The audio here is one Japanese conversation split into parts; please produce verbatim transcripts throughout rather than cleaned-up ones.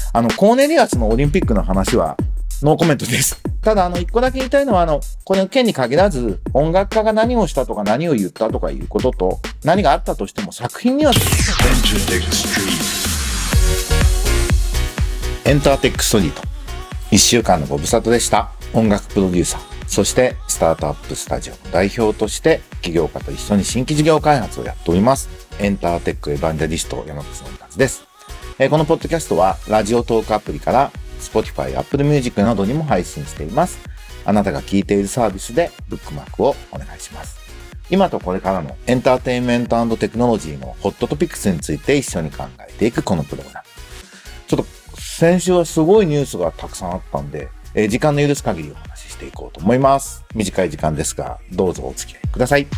あの、コーネリアスのオリンピックの話はノーコメントです。ただ、あの、一個だけ言いたいのは、あの、この件に限らず、音楽家が何をしたとか何を言ったとかいうことと、何があったとしても作品には、エンターテックストリート。一週間のご無沙汰でした。音楽プロデューサー、そしてスタートアップスタジオの代表として、起業家と一緒に新規事業開発をやっております。エンターテックエヴァンジェリスト山口のりかずです。えー、このポッドキャストは、ラジオトークアプリから、Spotify、Apple Music などにも配信しています。あなたが聞いているサービスでブックマークをお願いします。今とこれからのエンターテインメント&テクノロジーのホットトピックスについて一緒に考えていくこのプログラム。ちょっと先週はすごいニュースがたくさんあったんで、えー、時間の許す限りお話ししていこうと思います。短い時間ですが、どうぞお付き合いください。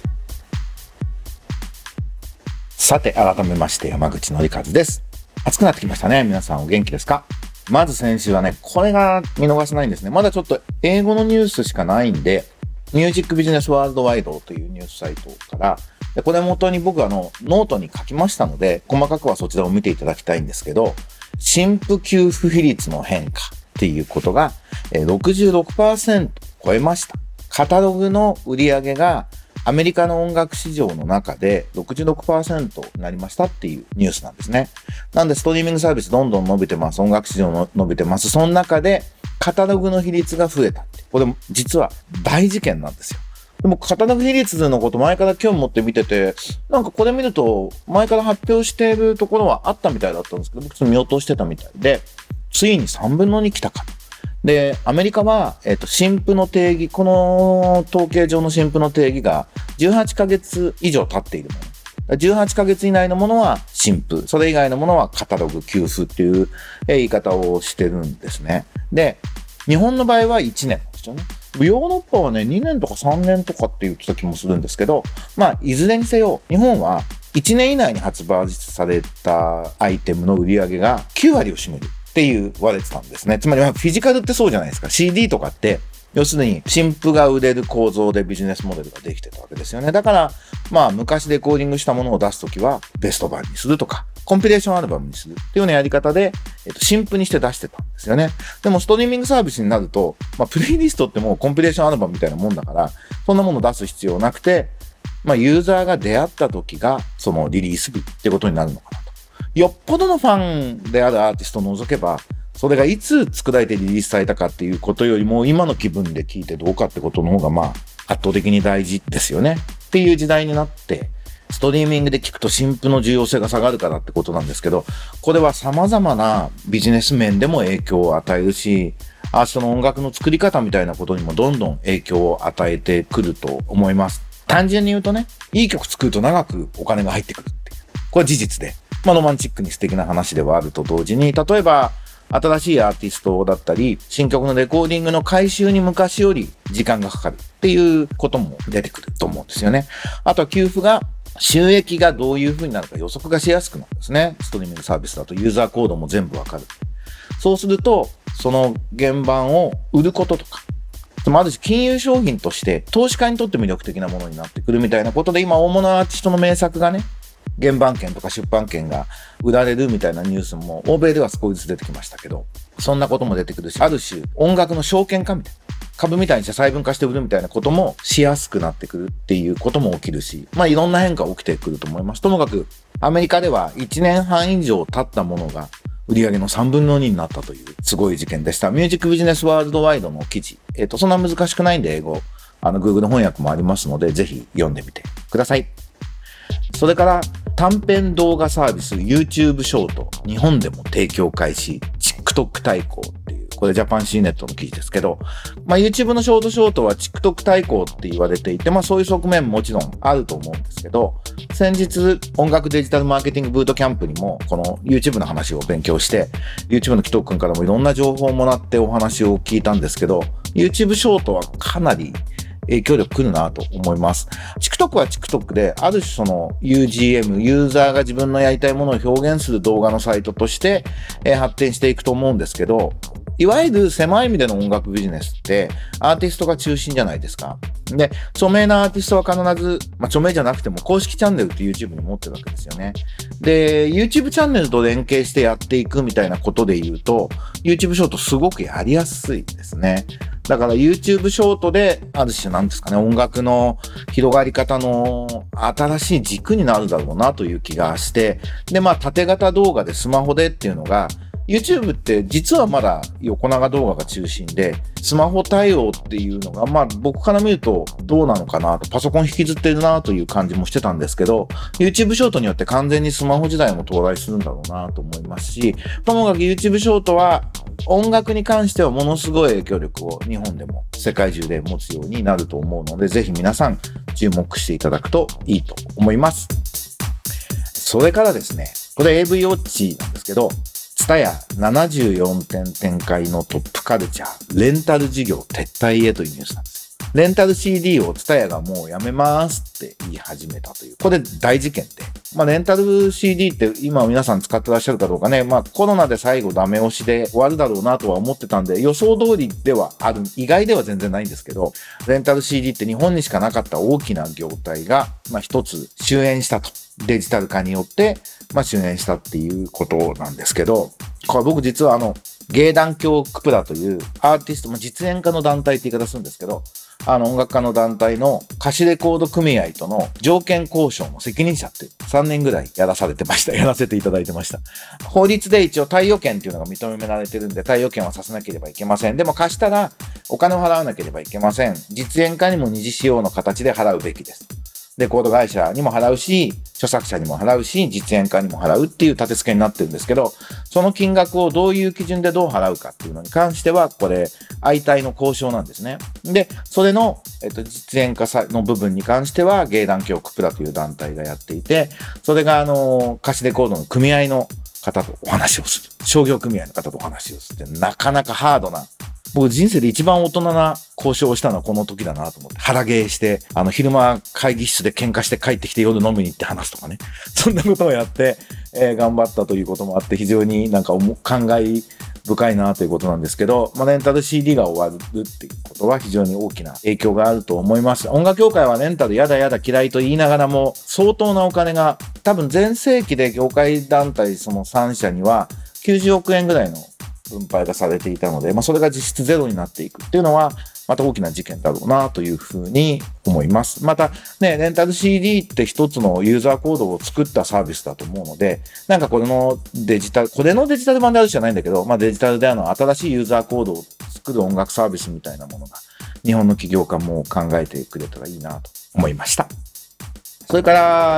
さて、改めまして山口のりかずです。暑くなってきましたね。皆さんお元気ですか？まず先週はね、これが見逃せないんですね。まだちょっと英語のニュースしかないんで、ミュージックビジネスワールドワイドというニュースサイトから、でこれ元に僕はあのノートに書きましたので、細かくはそちらを見ていただきたいんですけど、新婦給付比率の変化っていうことが ろくじゅうろくパーセント 超えました。カタログの売り上げがアメリカの音楽市場の中で ろくじゅうろくパーセント になりましたっていうニュースなんですね。なんでストリーミングサービスどんどん伸びてます。音楽市場も伸びてます。その中でカタログの比率が増えたって。これ実は大事件なんですよ。でもカタログ比率のこと前から興味持って見てて、なんかこれ見ると前から発表しているところはあったみたいだったんですけど、僕ちょっと見落としてたみたいで、ついにさんぶんのに来たかと。で、アメリカは、えっと、新婦の定義、この統計上の新婦の定義がじゅうはちかげつ以上経っているもの。じゅうはちかげつ以内のものは新婦、それ以外のものはカタログ給付っていう言い方をしてるんですね。で、日本の場合はいちねんなんですよね。ヨーロッパはね、にねんとかさんねんとかって言ってた気もするんですけど、まあ、いずれにせよ、日本はいちねん以内に発売されたアイテムの売り上げがきゅうわりを占めるっていう言われてたんですね。つまりフィジカルってそうじゃないですか。シーディー とかって、要するに新譜が売れる構造でビジネスモデルができてたわけですよね。だから、まあ昔レコーディングしたものを出すときはベスト版にするとか、コンピレーションアルバムにするっていうようなやり方で、えっと、新譜にして出してたんですよね。でもストリーミングサービスになると、まあプレイリストってもうコンピレーションアルバムみたいなもんだから、そんなものを出す必要なくて、まあユーザーが出会った時がそのリリース日ってことになるのかなと。よっぽどのファンであるアーティストを除けば、それがいつ作られてリリースされたかっていうことよりも今の気分で聞いてどうかってことの方がまあ圧倒的に大事ですよねっていう時代になって、ストリーミングで聞くと新譜の重要性が下がるからってことなんですけど、これは様々なビジネス面でも影響を与えるし、アーティストの音楽の作り方みたいなことにもどんどん影響を与えてくると思います。単純に言うとね、いい曲作ると長くお金が入ってくるっていう。これは事実で、まあロマンチックに素敵な話ではあると同時に、例えば新しいアーティストだったり、新曲のレコーディングの回収に昔より時間がかかるっていうことも出てくると思うんですよね。あとは給付が、収益がどういう風になるか予測がしやすくなるんですね。ストリーミングサービスだとユーザーコードも全部わかる。そうすると、その原版を売ることとか、ある種金融商品として投資家にとって魅力的なものになってくるみたいなことで、今大物アーティストの名作がね、原版権とか出版権が売られるみたいなニュースも欧米では少しずつ出てきましたけど、そんなことも出てくるし、ある種音楽の証券化みたいな、株みたいにして細分化して売るみたいなこともしやすくなってくるっていうことも起きるし、まあいろんな変化が起きてくると思います。ともかくアメリカではいちねんはん以上経ったものが売上のさんぶんのにになったというすごい事件でした。ミュージックビジネスワールドワイドの記事、えっとそんな難しくないんで英語、あの Google 翻訳もありますのでぜひ読んでみてください。それから短編動画サービス YouTube ショート、日本でも提供開始、TikTok 対抗っていう、これジャパンシーネットの記事ですけど、まあ YouTube のショートショートは TikTok 対抗って言われていて、まあそういう側面ももちろんあると思うんですけど、先日音楽デジタルマーケティングブートキャンプにもこの YouTube の話を勉強して、YouTube の紀藤くんからもいろんな情報をもらってお話を聞いたんですけど、YouTube ショートはかなり影響力くるなと思います。TikTok は TikTok で、ある種その ユージーエム、ユーザーが自分のやりたいものを表現する動画のサイトとして、えー、発展していくと思うんですけど、 いわゆる狭い意味での音楽ビジネスってアーティストが中心じゃないですか。で、著名なアーティストは必ず、まあ著名じゃなくても公式チャンネルって YouTube に持ってるわけですよね。で、YouTube チャンネルと連携してやっていくみたいなことで言うと、YouTube ショートすごくやりやすいですね。だから YouTube ショートで、ある種なんですかね、音楽の広がり方の新しい軸になるだろうなという気がして、で、まあ縦型動画でスマホでっていうのが、YouTube って実はまだ横長動画が中心で、スマホ対応っていうのが、まあ僕から見るとどうなのかなと、パソコン引きずってるなという感じもしてたんですけど、YouTube ショートによって完全にスマホ時代も到来するんだろうなと思いますし、ともかく YouTube ショートは音楽に関してはものすごい影響力を日本でも世界中で持つようになると思うので、ぜひ皆さん注目していただくといいと思います。それからですね、これ エーブイ ウォッチなんですけど、TSUTAYAななじゅうよんてん展開のトップカルチャー、レンタル事業撤退へというニュースなんです。レンタル シーディー を TSUTAYA がもうやめますって言い始めたという。これ大事件で。まあレンタル シーディー って今皆さん使ってらっしゃるかどうかね。まあコロナで最後ダメ押しで終わるだろうなとは思ってたんで、予想通りではある、意外では全然ないんですけど、レンタル シーディー って日本にしかなかった大きな業態が、まあ一つ終焉したと。デジタル化によって、まあ終焉したっていうことなんですけど、これ僕実はあの、芸団協クプラというアーティスト、まあ、実演家の団体って言い方するんですけど、あの音楽家の団体の貸しレコード組合との条件交渉の責任者ってさんねんぐらいやらされてました。やらせていただいてました。法律で一応貸与権っていうのが認められてるんで、貸与権はさせなければいけません。でも貸したらお金を払わなければいけません。実演家にも二次使用の形で払うべきです。レコード会社にも払うし、著作者にも払うし、実演家にも払うっていう立て付けになってるんですけど、その金額をどういう基準でどう払うかっていうのに関しては、これ、相対の交渉なんですね。で、それの、えっと、実演家の部分に関しては、芸団協クプラという団体がやっていて、それが、あの、貸しレコードの組合の方とお話をする。商業組合の方とお話をするって、なかなかハードな、僕人生で一番大人な交渉をしたのはこの時だなと思って。腹芸して、あの昼間会議室で喧嘩して帰ってきて夜飲みに行って話すとかね。そんなことをやって、えー、頑張ったということもあって非常になんか感慨深いなということなんですけど、まあ、レンタル シーディー が終わるっていうことは非常に大きな影響があると思います。音楽業界はレンタルやだやだ嫌いと言いながらも相当なお金が多分全盛期で業界団体そのさん社にはきゅうじゅうおくえんぐらいの分配がされていたので、まあ、それが実質ゼロになっていくっていうのは、また大きな事件だろうなというふうに思います。また、ね、レンタル シーディー って一つのユーザーコードを作ったサービスだと思うので、なんかこれのデジタル、これのデジタル版であるじゃないんだけど、まあデジタルであの新しいユーザーコードを作る音楽サービスみたいなものが、日本の起業家も考えてくれたらいいなと思いました。それから、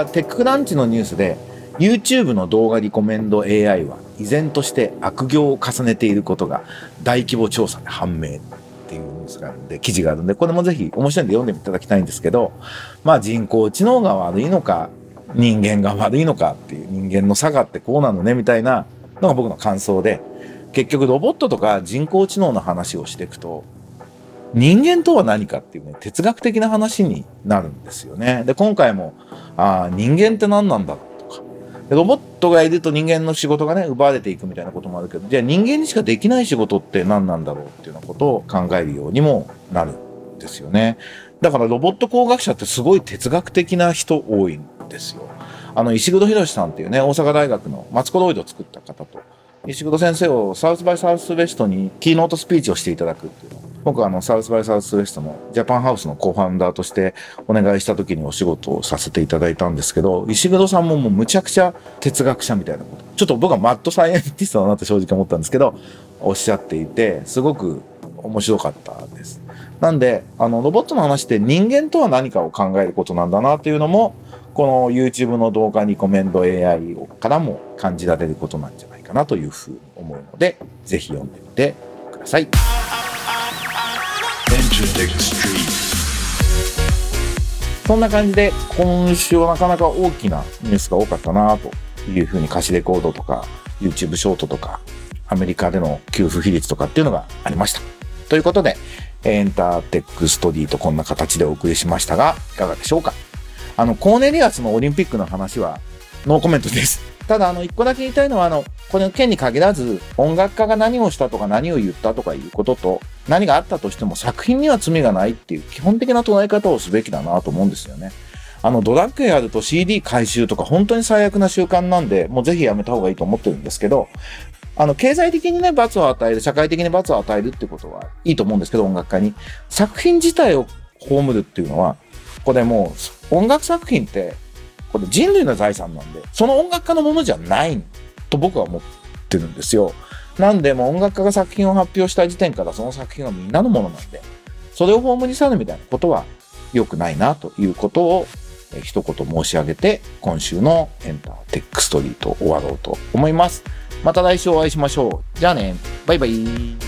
テッククランチのニュースで、YouTube の動画リコメンド エーアイ は依然として悪行を重ねていることが大規模調査で判明っていうニュースがあるんで、記事があるんで、これもぜひ面白いんで読んでいただきたいんですけど、まあ人工知能が悪いのか、人間が悪いのかっていう人間の差がってこうなのねみたいなのが僕の感想で、結局ロボットとか人工知能の話をしていくと、人間とは何かっていうね、哲学的な話になるんですよね。で、今回も、ああ、人間って何なんだロボットがいると人間の仕事がね、奪われていくみたいなこともあるけど、じゃあ人間にしかできない仕事って何なんだろうっていうようなことを考えるようにもなるんですよね。だからロボット工学者ってすごい哲学的な人多いんですよ。あの、石黒博さんっていうね、大阪大学のマツコロイドを作った方と、石黒先生をサウスバイサウスウェストにキーノートスピーチをしていただくっていうのを、僕はあのサウスバイサウスウェストのジャパンハウスのコーファウンダーとしてお願いした時にお仕事をさせていただいたんですけど、石黒さんももうむちゃくちゃ哲学者みたいなこと、ちょっと僕はマッドサイエンティストだなって正直思ったんですけど、おっしゃっていて、すごく面白かったです。なんで、あのロボットの話って人間とは何かを考えることなんだなっていうのも、この YouTube の動画リコメンド エーアイ からも感じられることなんじゃないかなというふうに思うので、ぜひ読んでみてください。そんな感じで今週はなかなか大きなニュースが多かったなというふうに、貸しレコードとか YouTube ショートとかアメリカでの給付比率とかっていうのがありました。ということでエンターテックストディとこんな形でお送りしましたが、いかがでしょうか。あのコーネリアスのオリンピックの話はノーコメントです。 ただ、あの、一個だけ言いたいのは、あの、この件に限らず、音楽家が何をしたとか何を言ったとかいうことと、何があったとしても作品には罪がないっていう基本的な捉え方をすべきだなと思うんですよね。あの、ドラッグやると シーディー 回収とか本当に最悪な習慣なんで、もうぜひやめた方がいいと思ってるんですけど、あの、経済的にね、罰を与える、社会的に罰を与えるってことはいいと思うんですけど、音楽家に。作品自体を葬るっていうのは、これもう、音楽作品って、これ人類の財産なんで、その音楽家のものじゃないと僕は思ってるんですよ。なんで、もう音楽家が作品を発表した時点からその作品はみんなのものなんで、それを葬り去るみたいなことは良くないなということを一言申し上げて、今週のエンターテックストリート終わろうと思います。また来週お会いしましょう。じゃあね。バイバイ。